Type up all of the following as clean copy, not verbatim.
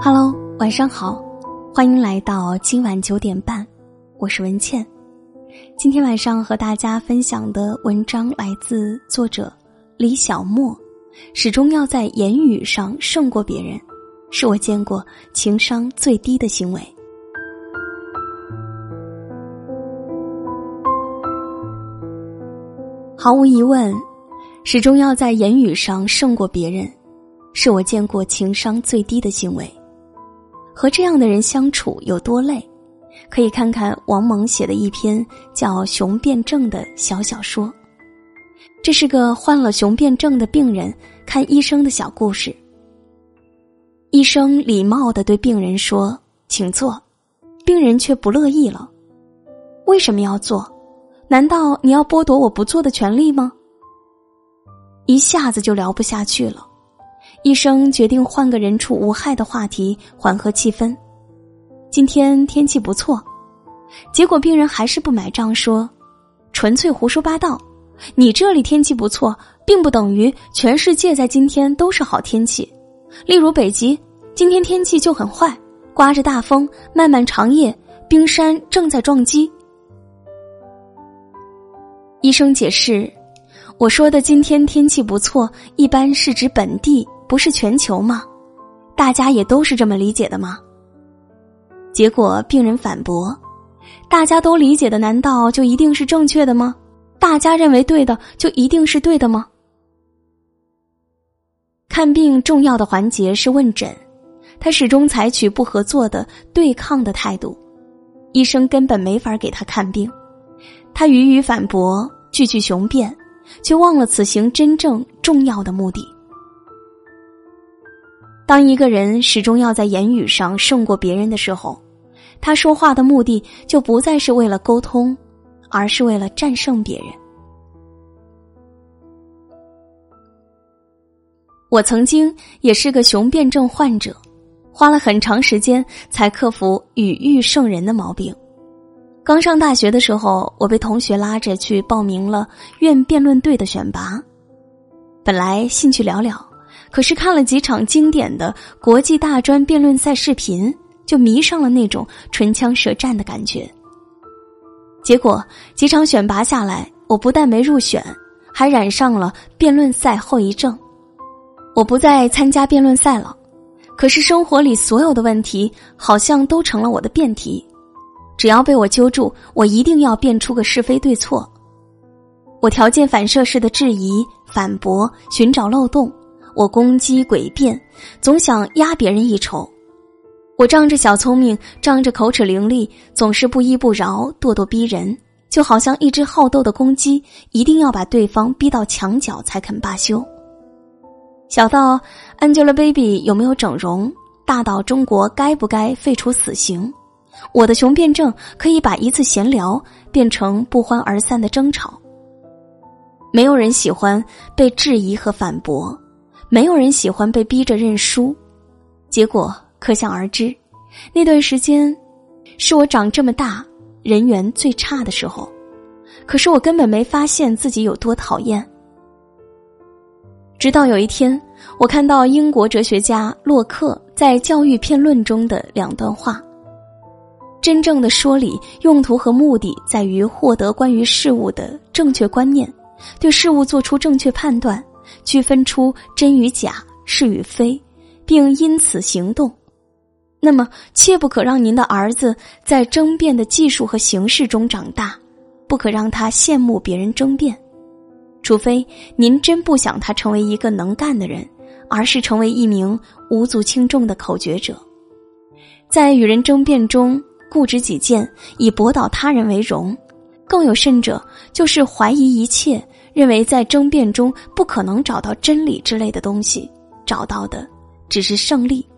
Hello， 晚上好，欢迎来到今晚9点半，我是文倩。今天晚上和大家分享的文章来自作者李小沫，始终要在言语上胜过别人，是我见过情商最低的行为。毫无疑问，始终要在言语上胜过别人，是我见过情商最低的行为。和这样的人相处有多累，可以看看王蒙写的一篇叫《雄辩症》的小小说。这是个患了雄辩症的病人看医生的小故事。医生礼貌地对病人说：“请坐。”病人却不乐意了：“为什么要坐？难道你要剥夺我不做的权利吗？”一下子就聊不下去了。医生决定换个人畜无害的话题缓和气氛。今天天气不错。结果病人还是不买账，说：“纯粹胡说八道，你这里天气不错并不等于全世界在今天都是好天气。例如北极今天天气就很坏，刮着大风，漫漫长夜，冰山正在撞击。”医生解释：“我说的今天天气不错一般是指本地，不是全球吗？大家也都是这么理解的吗？”结果病人反驳：“大家都理解的难道就一定是正确的吗？大家认为对的就一定是对的吗？”看病重要的环节是问诊，他始终采取不合作的对抗的态度，医生根本没法给他看病。他予以反驳，句句雄辩，却忘了此行真正重要的目的。当一个人始终要在言语上胜过别人的时候，他说话的目的就不再是为了沟通，而是为了战胜别人。我曾经也是个雄辩症患者，花了很长时间才克服语欲胜人的毛病。刚上大学的时候，我被同学拉着去报名了院辩论队的选拔。本来兴趣寥寥，可是看了几场经典的国际大专辩论赛视频，就迷上了那种唇枪舌战的感觉。结果几场选拔下来，我不但没入选，还染上了辩论赛后遗症。我不再参加辩论赛了，可是生活里所有的问题好像都成了我的辩题。只要被我揪住，我一定要辩出个是非对错。我条件反射式的质疑、反驳、寻找漏洞，我攻击、诡辩，总想压别人一筹。我仗着小聪明，仗着口齿伶俐，总是不依不饶，咄咄逼人，就好像一只好斗的公鸡，一定要把对方逼到墙角才肯罢休。小到 Angelababy 有没有整容，大到中国该不该废除死刑，我的雄辩症可以把一次闲聊变成不欢而散的争吵。没有人喜欢被质疑和反驳，没有人喜欢被逼着认输。结果可想而知，那段时间是我长这么大人缘最差的时候，可是我根本没发现自己有多讨厌。直到有一天，我看到英国哲学家洛克在《教育辩论》中的2段话：真正的说理用途和目的在于获得关于事物的正确观念，对事物做出正确判断，区分出真与假、是与非，并因此行动。那么切不可让您的儿子在争辩的技术和形式中长大，不可让他羡慕别人争辩，除非您真不想他成为一个能干的人，而是成为一名无足轻重的口诀者。在与人争辩中固执己见，以驳倒他人为荣，更有甚者就是怀疑一切，认为在争辩中不可能找到真理之类的东西，找到的只是胜利。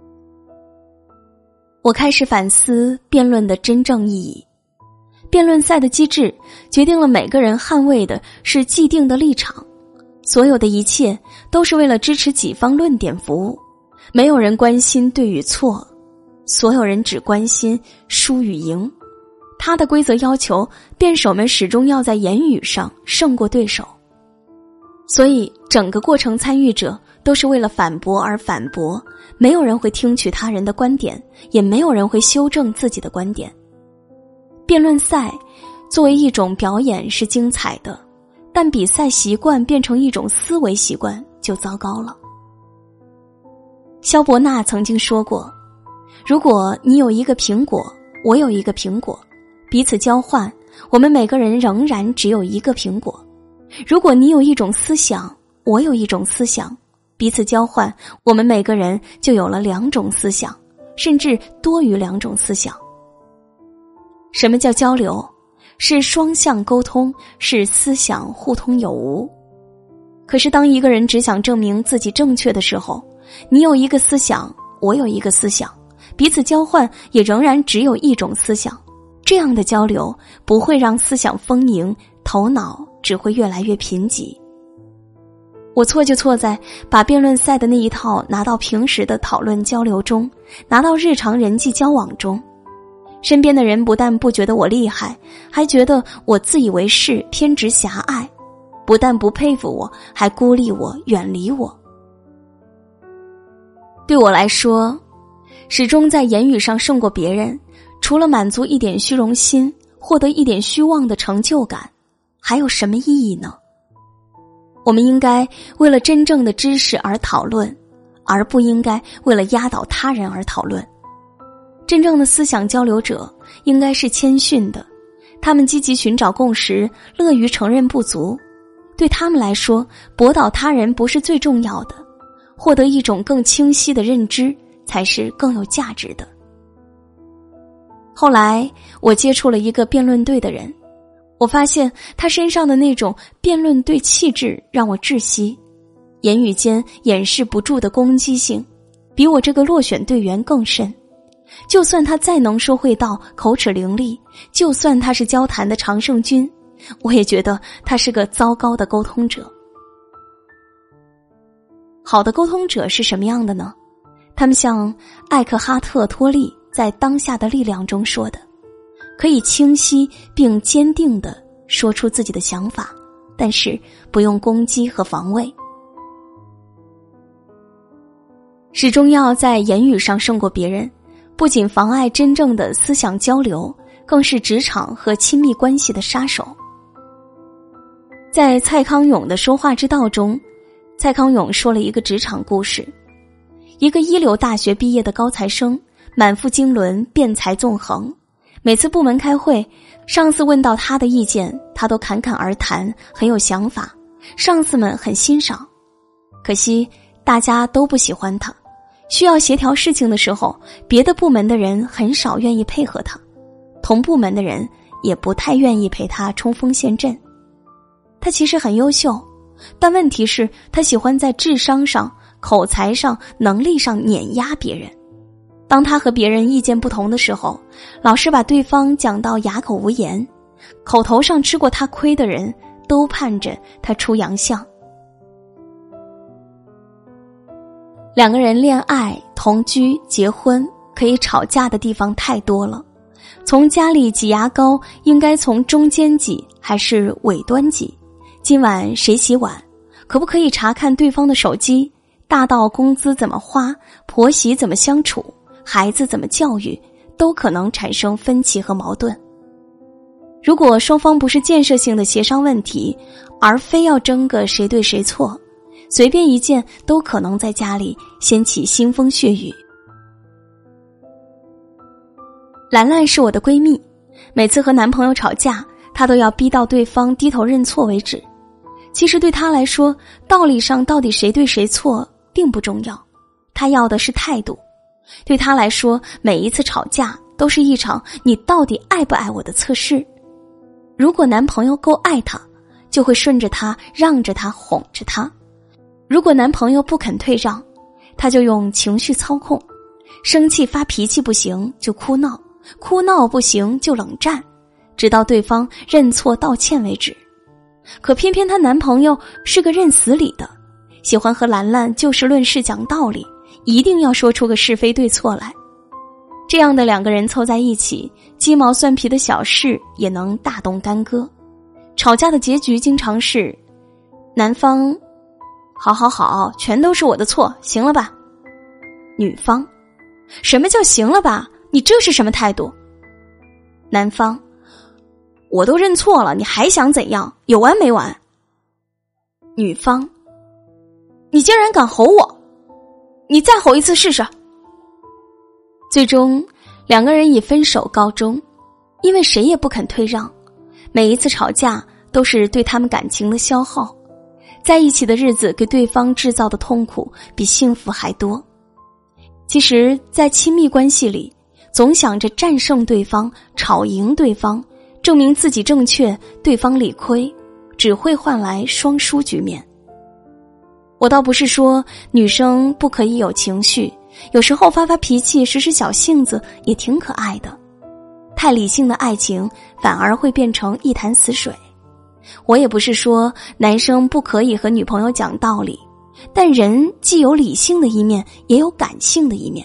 我开始反思辩论的真正意义。辩论赛的机制决定了每个人捍卫的是既定的立场，所有的一切都是为了支持己方论点服务，没有人关心对与错，所有人只关心输与赢。他的规则要求辩手们始终要在言语上胜过对手，所以整个过程参与者都是为了反驳而反驳，没有人会听取他人的观点，也没有人会修正自己的观点。辩论赛作为一种表演是精彩的，但比赛习惯变成一种思维习惯就糟糕了。萧伯纳曾经说过，如果你有一个苹果，我有一个苹果，彼此交换，我们每个人仍然只有一个苹果。如果你有一种思想，我有一种思想，彼此交换，我们每个人就有了2种思想，甚至多于2种思想。什么叫交流？是双向沟通，是思想互通有无。可是当一个人只想证明自己正确的时候，你有一个思想，我有一个思想，彼此交换也仍然只有一种思想，这样的交流不会让思想丰盈，头脑只会越来越贫瘠。我错就错在把辩论赛的那一套拿到平时的讨论交流中，拿到日常人际交往中。身边的人不但不觉得我厉害，还觉得我自以为是，偏执狭隘，不但不佩服我，还孤立我，远离我。对我来说，始终在言语上胜过别人，除了满足一点虚荣心，获得一点虚妄的成就感，还有什么意义呢？我们应该为了真正的知识而讨论，而不应该为了压倒他人而讨论。真正的思想交流者应该是谦逊的，他们积极寻找共识，乐于承认不足。对他们来说，驳倒他人不是最重要的，获得一种更清晰的认知才是更有价值的。后来我接触了一个辩论队的人，我发现他身上的那种辩论队气质让我窒息，言语间掩饰不住的攻击性比我这个落选队员更甚。就算他再能说会道，口齿伶俐，就算他是交谈的常胜军，我也觉得他是个糟糕的沟通者。好的沟通者是什么样的呢？他们像艾克哈特·托利在《当下的力量》中说的，可以清晰并坚定地说出自己的想法，但是不用攻击和防卫。始终要在言语上胜过别人，不仅妨碍真正的思想交流，更是职场和亲密关系的杀手。在蔡康永的说话之道中，蔡康永说了一个职场故事。一个一流大学毕业的高材生，满腹经纶，辩才纵横，每次部门开会，上司问到他的意见，他都侃侃而谈，很有想法，上司们很欣赏。可惜大家都不喜欢他，需要协调事情的时候，别的部门的人很少愿意配合他，同部门的人也不太愿意陪他冲锋陷阵。他其实很优秀，但问题是他喜欢在智商上、口才上、能力上碾压别人。当他和别人意见不同的时候，老是把对方讲到哑口无言，口头上吃过他亏的人都盼着他出洋相。两个人恋爱、同居、结婚，可以吵架的地方太多了。从家里挤牙膏，应该从中间挤还是尾端挤？今晚谁洗碗？可不可以查看对方的手机？大到工资怎么花，婆媳怎么相处，孩子怎么教育，都可能产生分歧和矛盾。如果双方不是建设性的协商问题，而非要争个谁对谁错，随便一件都可能在家里掀起腥风血雨。兰兰是我的闺蜜，每次和男朋友吵架，她都要逼到对方低头认错为止。其实对她来说，道理上到底谁对谁错并不重要，她要的是态度。对她来说，每一次吵架都是一场你到底爱不爱我的测试。如果男朋友够爱她，就会顺着她，让着她，哄着她。如果男朋友不肯退让，她就用情绪操控，生气发脾气不行就哭闹，哭闹不行就冷战，直到对方认错道歉为止。可偏偏她男朋友是个认死理的，喜欢和兰兰就事论事讲道理，一定要说出个是非对错来。这样的两个人凑在一起，鸡毛蒜皮的小事也能大动干戈。吵架的结局经常是男方好好好，全都是我的错，行了吧？女方，什么叫行了吧？你这是什么态度？男方，我都认错了，你还想怎样？有完没完？女方，你竟然敢吼我，你再吼一次试试。最终两个人以分手告终，因为谁也不肯退让，每一次吵架都是对他们感情的消耗，在一起的日子给对方制造的痛苦比幸福还多。其实在亲密关系里，总想着战胜对方，吵赢对方，证明自己正确，对方理亏，只会换来双输局面。我倒不是说女生不可以有情绪，有时候发发脾气，使使小性子也挺可爱的。太理性的爱情反而会变成一潭死水。我也不是说男生不可以和女朋友讲道理，但人既有理性的一面，也有感性的一面。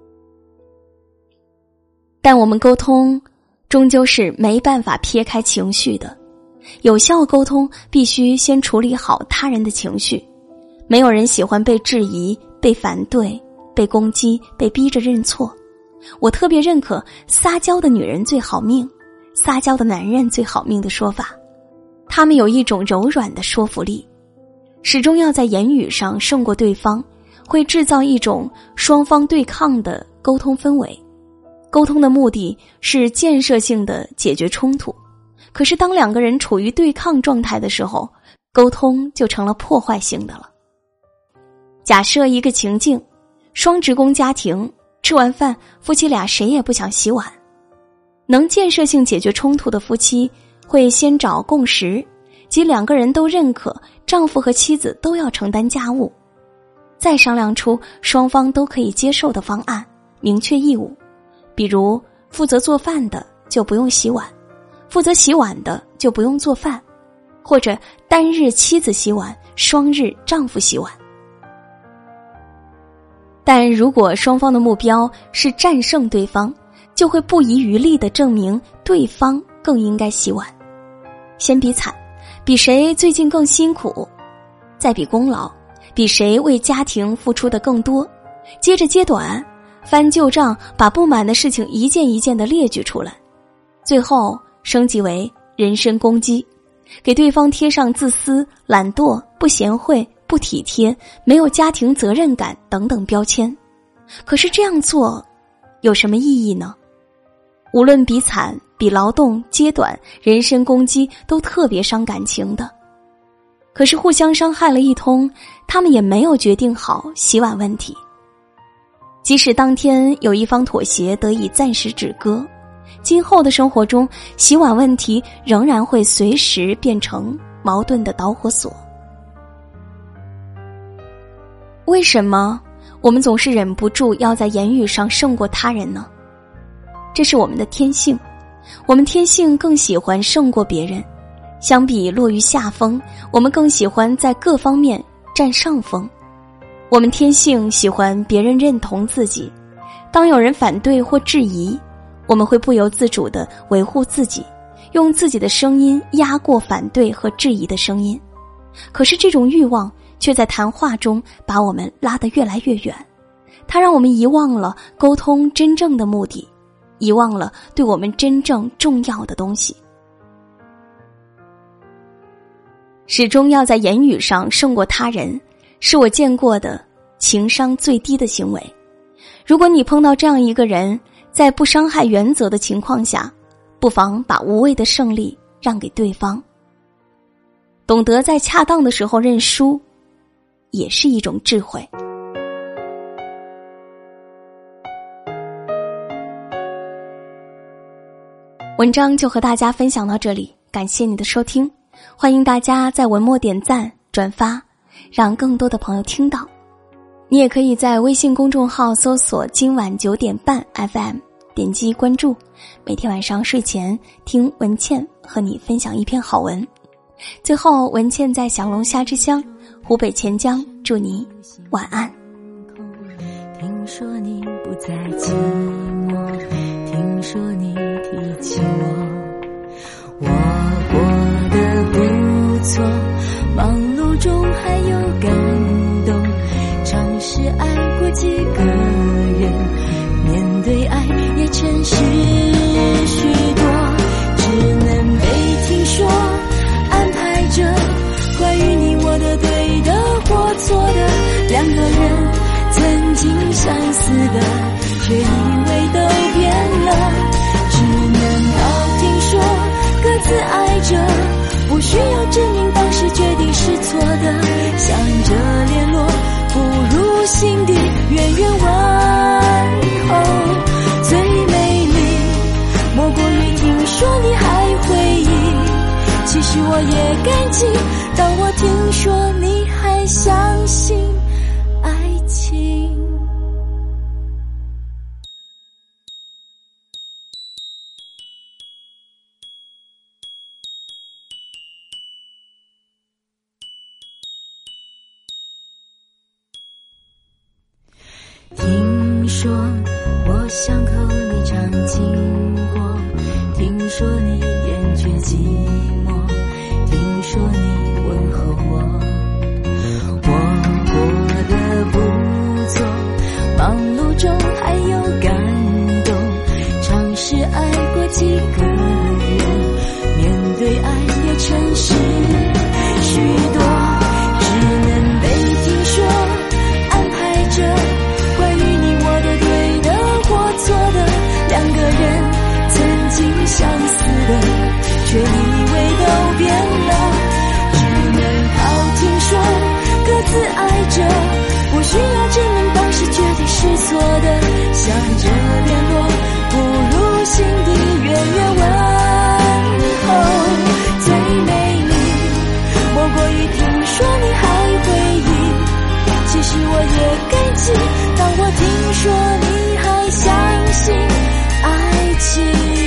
但我们沟通终究是没办法撇开情绪的，有效沟通必须先处理好他人的情绪。没有人喜欢被质疑、被反对、被攻击、被逼着认错。我特别认可撒娇的女人最好命，撒娇的男人最好命的说法。他们有一种柔软的说服力，始终要在言语上胜过对方，会制造一种双方对抗的沟通氛围。沟通的目的是建设性的解决冲突，可是当两个人处于对抗状态的时候，沟通就成了破坏性的了。假设一个情境，双职工家庭，吃完饭夫妻俩谁也不想洗碗。能建设性解决冲突的夫妻会先找共识，即两个人都认可丈夫和妻子都要承担家务，再商量出双方都可以接受的方案，明确义务。比如负责做饭的就不用洗碗，负责洗碗的就不用做饭，或者单日妻子洗碗，双日丈夫洗碗。但如果双方的目标是战胜对方，就会不遗余力地证明对方更应该洗碗。先比惨，比谁最近更辛苦，再比功劳，比谁为家庭付出的更多，接着揭短，翻旧账，把不满的事情一件一件地列举出来，最后升级为人身攻击，给对方贴上自私、懒惰、不贤惠、不体贴、没有家庭责任感等等标签。可是这样做有什么意义呢？无论比惨、比劳动、揭短、人身攻击，都特别伤感情的。可是互相伤害了一通，他们也没有决定好洗碗问题。即使当天有一方妥协得以暂时止戈，今后的生活中，洗碗问题仍然会随时变成矛盾的导火索。为什么我们总是忍不住要在言语上胜过他人呢？这是我们的天性，我们天性更喜欢胜过别人，相比落于下风，我们更喜欢在各方面占上风。我们天性喜欢别人认同自己，当有人反对或质疑，我们会不由自主地维护自己，用自己的声音压过反对和质疑的声音。可是这种欲望却在谈话中把我们拉得越来越远，它让我们遗忘了沟通真正的目的，遗忘了对我们真正重要的东西。始终要在言语上胜过他人，是我见过的情商最低的行为。如果你碰到这样一个人，在不伤害原则的情况下，不妨把无谓的胜利让给对方。懂得在恰当的时候认输，也是一种智慧。文章就和大家分享到这里，感谢你的收听，欢迎大家在文末点赞转发，让更多的朋友听到。你也可以在微信公众号搜索今晚9点半 FM， 点击关注，每天晚上睡前听文倩和你分享一篇好文。最后，文倩在小龙虾之乡湖北潜江祝你晚安。 听说你不再寂寞，听说你提起我过得不错，忙碌中还有感几个人，面对爱也诚实许多，只能被听说安排着关于你我的对的或错的，两个人曾经相似的，却以为都变了，只能靠听说各自爱着，不需要证明当时决定是错的，想着联络不如心底远远问候。最美丽莫过于听说你还回忆，其实我也感激，当我听说你还相信爱情。听说我巷口你常经过，听说你厌倦寂寞，听说你问候我，我过得不错，忙碌中还有感动，尝试爱过几个人，面对爱也诚实许多，只能被听说安排着关于你我的对的或错的，两个人曾经相似的，却以为都变了，只能靠听说各自爱着，不需要证明当时决定是错的，想着联络不如心底远远问候。最美丽莫过于听说你还回忆，其实我也感激，当我听说你还相信爱情。